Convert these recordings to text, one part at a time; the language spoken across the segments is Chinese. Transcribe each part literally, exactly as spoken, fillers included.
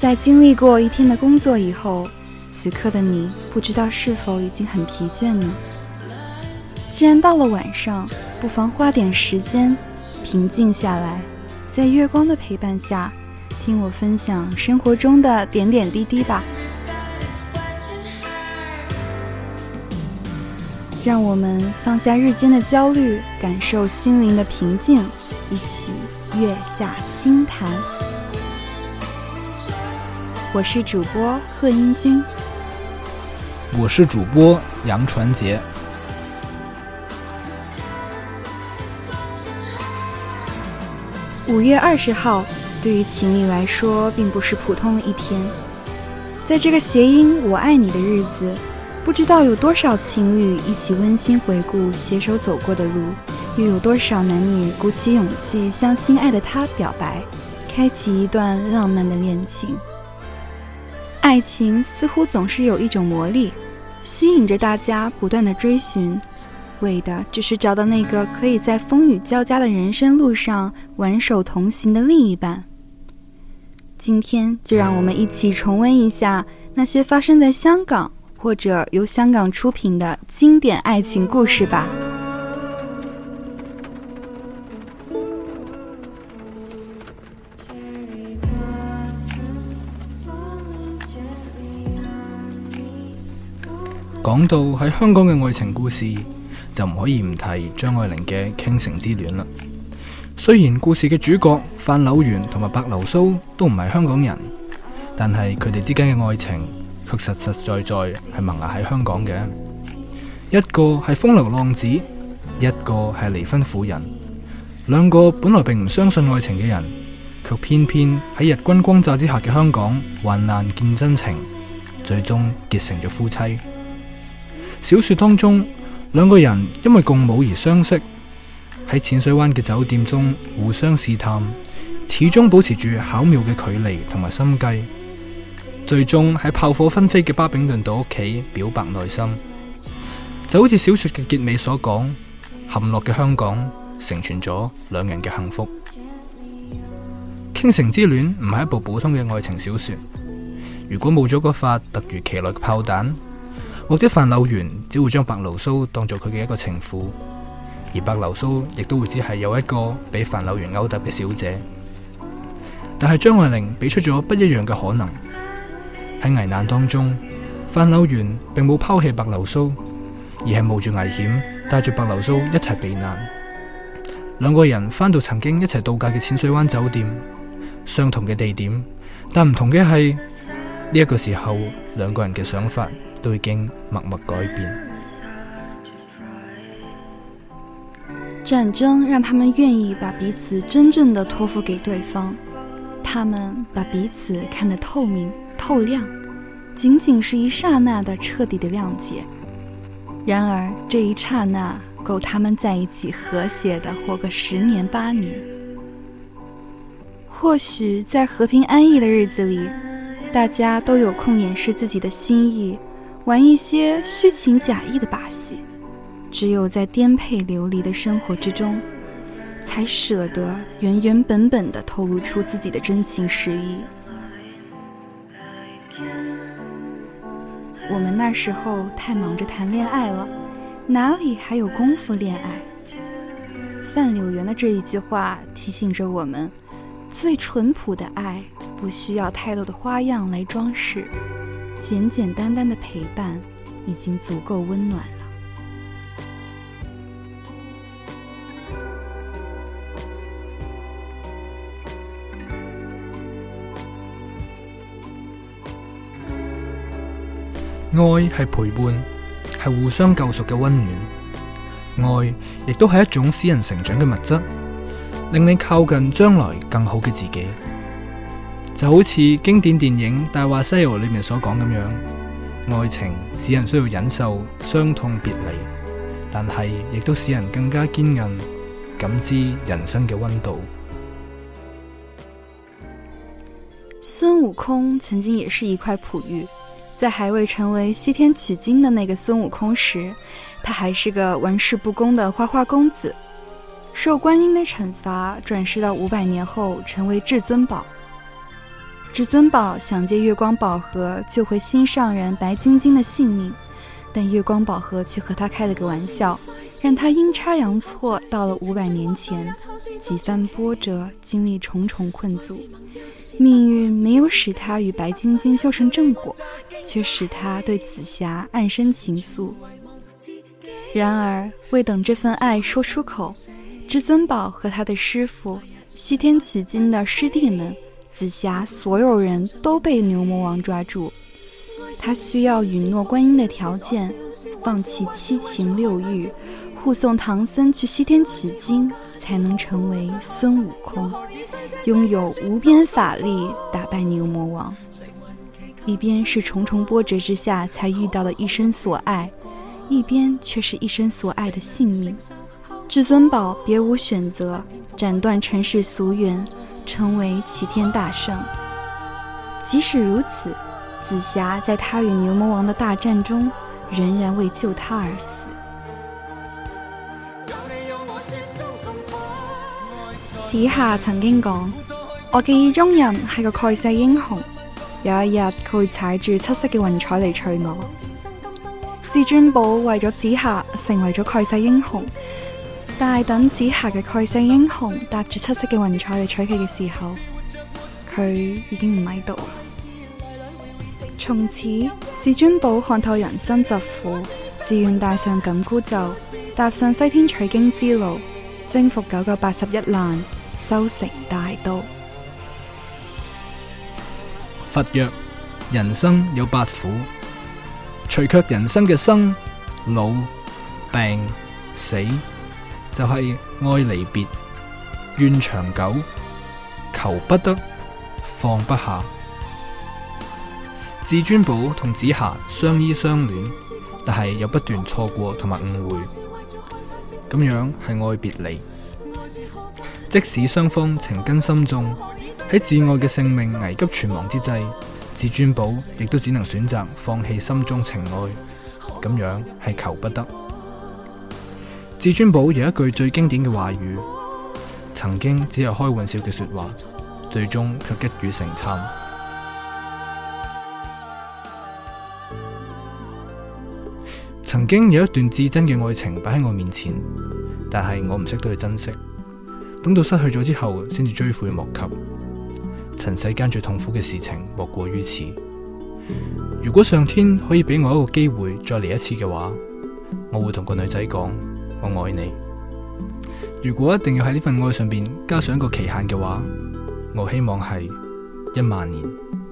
在经历过一天的工作以后，此刻的你不知道是否已经很疲倦呢？既然到了晚上，不妨花点时间平静下来，在月光的陪伴下，听我分享生活中的点点滴滴吧。让我们放下日间的焦虑，感受心灵的平静，一起月下轻谈。我是主播贺英君， 我是主播杨传杰。 五月二十号，对于情侣来说，并不是普通的一天。在这个谐音"我爱你"的日子，不知道有多少情侣一起温馨回顾携手走过的路，又有多少男女鼓起勇气向心爱的他表白，开启一段浪漫的恋情。爱情似乎总是有一种魔力，吸引着大家不断的追寻，为的只是找到那个可以在风雨交加的人生路上挽手同行的另一半。今天就让我们一起重温一下那些发生在香港或者由香港出品的经典爱情故事吧。 講到喺香港嘅愛情故事，就唔可以唔提張愛玲嘅《傾城之戀》啦。雖然故事嘅主角范柳原同埋白流蘇都唔係香港人，但係佢哋之間嘅愛情卻實實在在係萌芽喺香港嘅。一個係風流浪子，一個係離婚婦人，兩個本來並唔相信愛情嘅人，卻偏偏喺日軍轟炸之下嘅香港患難見真情，最終結成咗夫妻。小說當中，兩個人因為共舞而相識，喺淺水灣嘅酒店中互相試探，始終保持住巧妙嘅距離同埋心計，最終喺炮火紛飛嘅巴炳頓道屋企表白內心。就好似小說嘅結尾所講，陷落嘅香港成全咗兩人嘅幸福。傾城之戀唔係一部普通嘅愛情小說，如果冇咗嗰發突如其來嘅炮彈，或者范柳原只會將白流蘇當做佢嘅一個情婦，而白流蘇亦都會只係有一個俾范柳原勾搭嘅小姐。但係張愛玲俾出咗不一樣嘅可能。喺危難當中，范柳原並冇拋棄白流蘇，而係冒住危險帶住白流蘇一齊避難。兩個人返到曾經一齊度假嘅淺水灣酒店，相同嘅地點，但唔同嘅係呢一個時候，兩個人嘅想法都已經默默改變。 戰爭讓他們願意把彼此真正的托付給對方，他們把彼此看得透明透亮，僅僅是一剎那的徹底的諒解。然而這一剎那夠他們在一起和諧的活個十年八年。或許在和平安逸的日子裡，大家都有空掩飾自己的心意，玩一些虛情假意的把戲，只有在顛沛流離的生活之中，才捨得原原本本地透露出自己的真情實意。我們那時候太忙着談戀愛了，哪裡還有功夫戀愛？范柳原的這一句話提醒着我們，最淳樸的愛不需要太多的花樣來裝飾，簡簡單單的陪伴已經足夠溫暖了。 愛係陪伴，係互相救贖嘅溫暖。愛亦都係一種使人成長嘅物質，令你靠近將來更好嘅自己。就好似經典電影《大話西遊》裏面所講咁樣，愛情使人需要忍受傷痛別離，但係亦都使人更加堅韌，感知人生嘅溫度。 孫悟空曾經也是一塊璞玉，在還未成為西天取經的那個孫悟空時，他還是個玩世不恭的花花公子，受觀音的懲罰，轉世到五百年後成為至尊寶。 至尊宝想借月光宝盒救回心上人白晶晶的性命，但月光宝盒却和他开了个玩笑，让他阴差阳错到了五百年前，几番波折，经历重重困阻。命运没有使他与白晶晶修成正果，却使他对紫霞暗生情愫。然而未等这份爱说出口，至尊宝和他的师父西天取经的师弟们，紫霞所有人都被牛魔王抓住。他需要允诺观音的条件，放弃七情六欲，护送唐僧去西天取经，才能成为孙悟空，拥有无边法力打败牛魔王。一边是重重波折之下才遇到了一生所爱，一边却是一生所爱的性命。至尊宝别无选择，斩断尘世俗缘，成为齐天大圣。即使如此，紫霞在他与牛魔王的大战中仍然为救他而死。紫霞曾經講，我記憶中人係個蓋世英雄，有一日佢會踩住七色嘅雲彩嚟娶我。至尊寶為咗紫霞成為咗蓋世英雄，但係等紫霞嘅蓋世英雄搭住七色嘅雲彩嚟娶佢嘅時候，佢已經唔喺度。從此至尊寶看透人生疾苦，自願戴上緊箍咒，踏上西天取經之路，征服九九八十一難，修成大道。 佛曰：人生有八苦，除卻人生嘅生、老、病、死，就係愛離別、怨長久、求不得、放不下。至尊寶同紫霞相依相戀，但係又不斷錯過同埋誤會，咁樣係愛別離。即使雙方情根深重，喺摯愛嘅性命危急存亡之際，至尊寶亦都只能選擇放棄心中情愛，咁樣係求不得。至尊寶有一句最經典嘅話語，曾經只係開玩笑嘅說話，最終卻一語成讖。曾經有一段至真嘅愛情擺喺我面前，但係我唔識得去珍惜，等到失去咗之後先至追悔莫及。塵世間最痛苦嘅事情莫過於此。如果上天可以俾我一個機會再嚟一次嘅話，我會同個女仔講，我愛你。如果一定要喺呢份愛上邊加上一個期限嘅話，我希望係一萬年。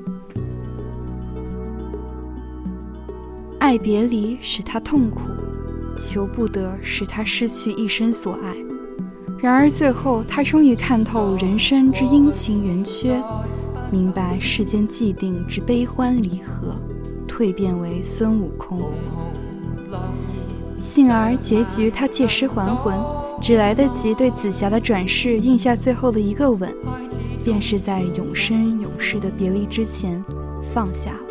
愛別離使他痛苦，求不得使他失去一生所愛。然而最後他終於看透人生之陰晴圓缺，明白世間既定之悲歡離合，蛻變為孫悟空。幸而結局他借屍還魂，只來得及對紫霞的轉世印下最後的一個吻，便是在永生永世的別離之前放下了。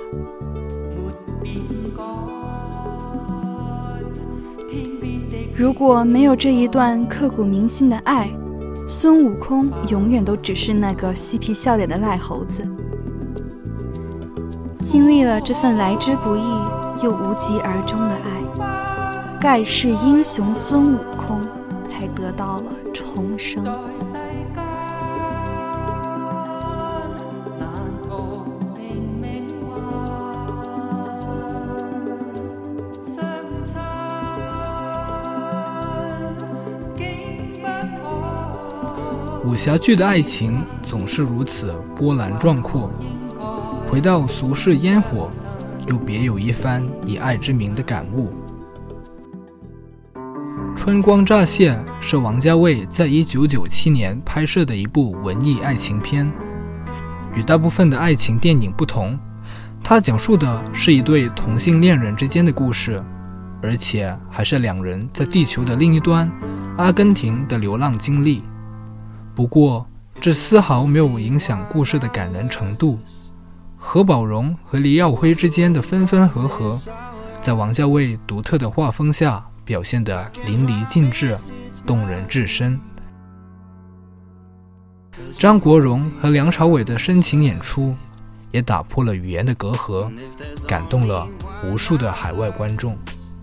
如果沒有這一段刻骨銘心的愛，孫悟空永遠都只是那個嬉皮笑臉的癩猴子。經歷了這份來之不易又無疾而終的愛，蓋世英雄孫悟空才得到了重生。 武俠劇的愛情總是如此波瀾壯闊，回到俗世煙火，又別有一番以愛之名的感悟。春光乍泄是王家衛在一九九七年拍攝的一部文藝愛情片，與大部分的愛情電影不同，它講述的是一對同性戀人之間的故事，而且還是兩人在地球的另一端阿根廷的流浪經歷。不過這絲毫沒有影響故事的感人程度，何寶榮和黎耀輝之間的分分合合，在王家衛獨特的畫風下表現得淋漓盡致，動人至深。張國榮和梁朝偉的深情演出也打破了語言的隔閡，感動了無數的海外觀眾。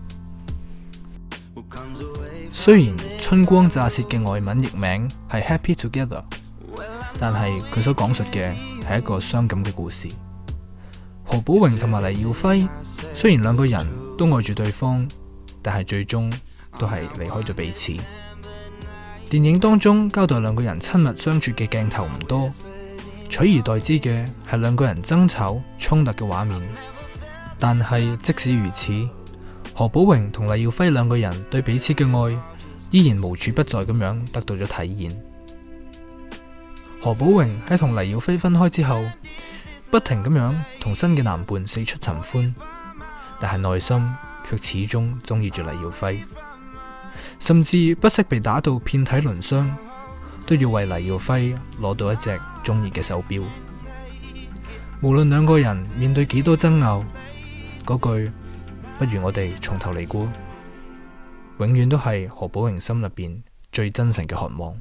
雖然春光乍泄嘅外文譯名係 Happy Together， 但係佢所講述嘅係一個傷感嘅故事。何寶榮同埋黎耀輝雖然兩個人都愛住對方，但係最終都係離開咗彼此。電影當中交代兩個人親密相處嘅鏡頭唔多，取而代之嘅係兩個人爭吵衝突嘅畫面。但係即使如此，何寶榮同黎耀輝兩個人對彼此嘅愛依然無處不在咁樣得到咗體現。何寶榮喺同黎耀輝分開之後，不停咁樣同新嘅男伴四出尋歡，但係內心卻始終中意住黎耀輝，甚至不惜被打到遍體鱗傷，都要為黎耀輝攞到一隻中意嘅手錶。無論兩個人面對幾多爭拗，嗰句不如我哋從頭嚟過，永遠都係何寶榮心入邊最真誠嘅渴望。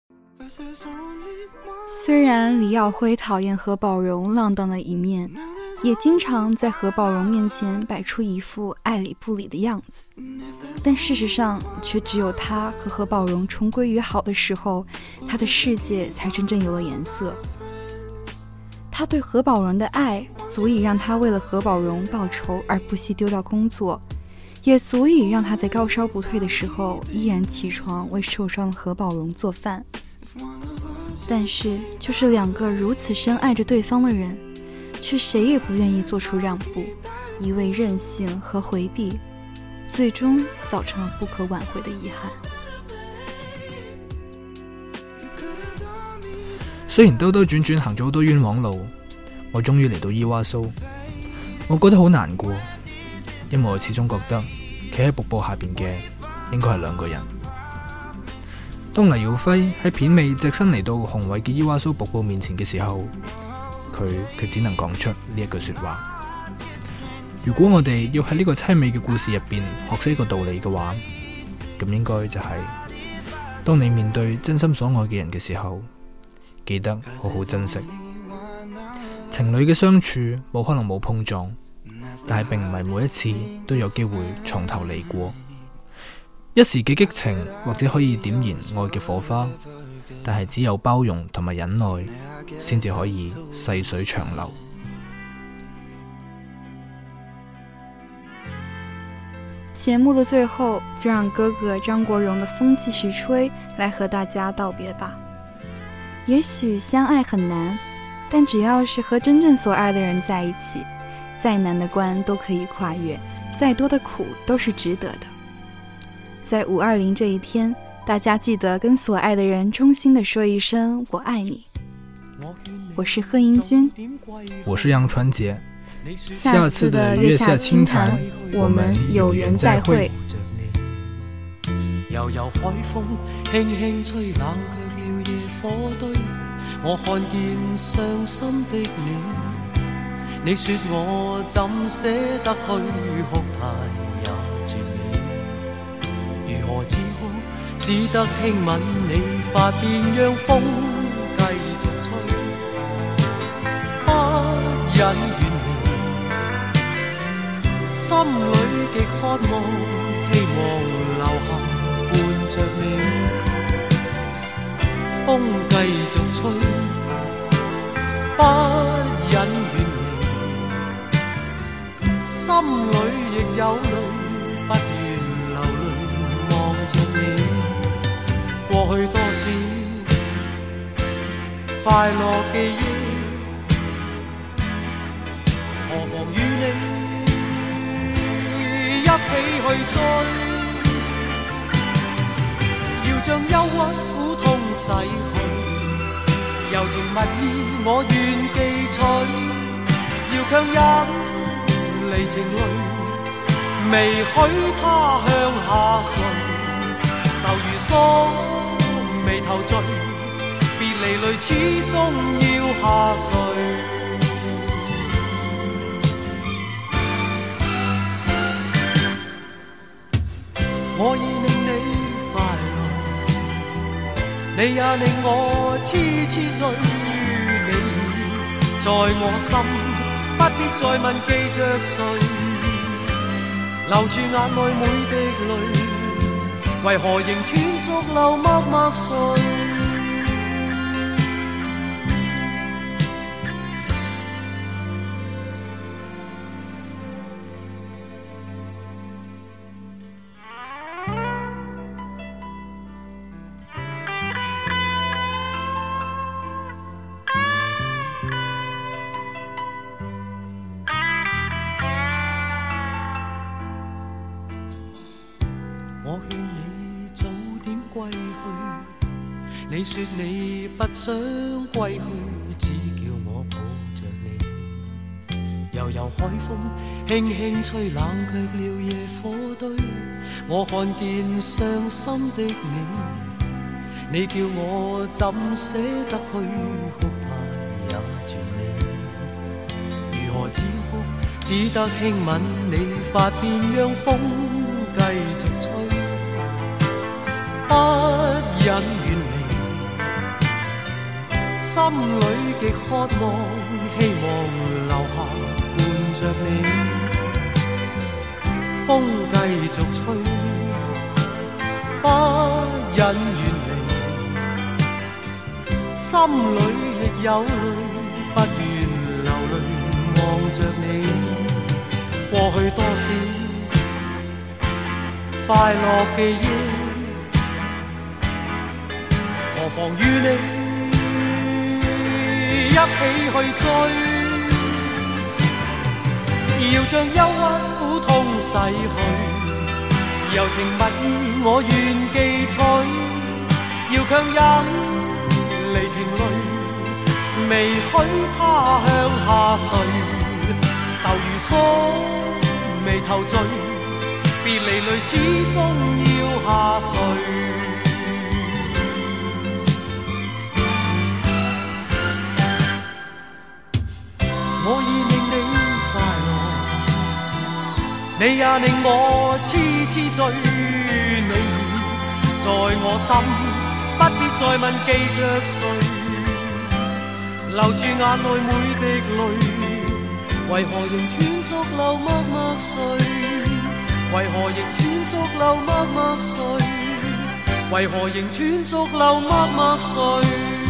雖然李耀輝討厭何寶榮浪蕩的一面，也經常在何寶榮面前擺出一副愛理不理的樣子，但事實上卻只有他和何寶榮重歸於好的時候，他的世界才真正有了顏色。他對何寶榮的愛足以讓他為了何寶榮報仇而不惜丟掉工作，也足以讓他在高燒不退的時候依然起床為受傷的何寶榮做飯。但是就是兩個如此深愛着對方的人，卻誰也不願意做出讓步，一味任性和回避，最終造成了不可挽回的遺憾。 雖然兜兜轉轉行咗好多冤枉路，我終於嚟到伊娃蘇，我覺得好難過，因為我始終覺得企喺瀑布下邊嘅應該係兩個人。當黎耀輝喺片尾隻身嚟到宏偉嘅伊娃蘇瀑布面前嘅時候，佢佢只能講出呢一句說話：如果我哋要喺呢個淒美嘅故事入邊學識一個道理嘅話，咁應該就係、是、當你面對真心所愛嘅人嘅時候，記得好好珍惜。情侶嘅相處冇可能冇碰撞，但係並唔係每一次都有機會從頭嚟過。一時嘅激情或者可以點燃愛嘅火花，但係只有包容同埋忍耐，先至可以細水長流。 節目的最後，就讓哥哥張國榮的風繼續吹來和大家道別吧。也許相愛很難，但只要是和真正所愛的人在一起，再難的關都可以跨越，再多的苦都是值得的。在五二零這一天，大家記得跟所愛的人衷心地說一聲我愛你。我是賀英君， 我是楊傳傑。 下次的月下清談，我們有緣再會。 悠悠海風輕輕吹，冷卻了夜火堆。我看見傷心的你，你說我怎捨得去哭太也絕美。如何止哭，只得輕吻你髮邊，讓風繼續吹，不忍遠離，心裏極渴望，希望留下伴着你，風繼續吹，不忍遠離，心裏亦有淚，不願流淚望着你。過去多少快樂記憶，何妨與你一起去追，要將憂鬱苦痛洗去，柔情蜜意我願記取，要強忍離情淚，未許他向下垂，愁如鎖眉頭聚，別離淚始終要下垂。我已令你快樂，你也令我痴痴醉，你已在我心，不必再問記着誰，留住眼內每滴淚，為何仍斷續流默默垂？我勸你早點歸去，你說你不想歸去，只叫我抱着你。悠悠海風輕輕吹，冷卻了野火堆。我看見傷心的你，你叫我怎捨得去，哭態也絕美。如何止哭，只得輕吻你髮邊，讓風繼續吹，不忍遠離，心裏極渴望，希望留下伴着你。風繼續吹，不忍遠離，心裏亦有淚，不願流淚望着你。過去多少快樂記憶，何妨與你一起去追，要將憂鬱苦痛逝去，柔情蜜意我願記取，要強忍離情淚，未許他向下垂，愁如鎖眉頭聚，別離淚始終要下垂。我已令你快樂，你也令我痴痴醉。你在我心，不必再問記着誰，留住眼內每滴淚，為何仍斷續流默默垂？為何仍斷續流默默垂？為何仍斷續流默默垂？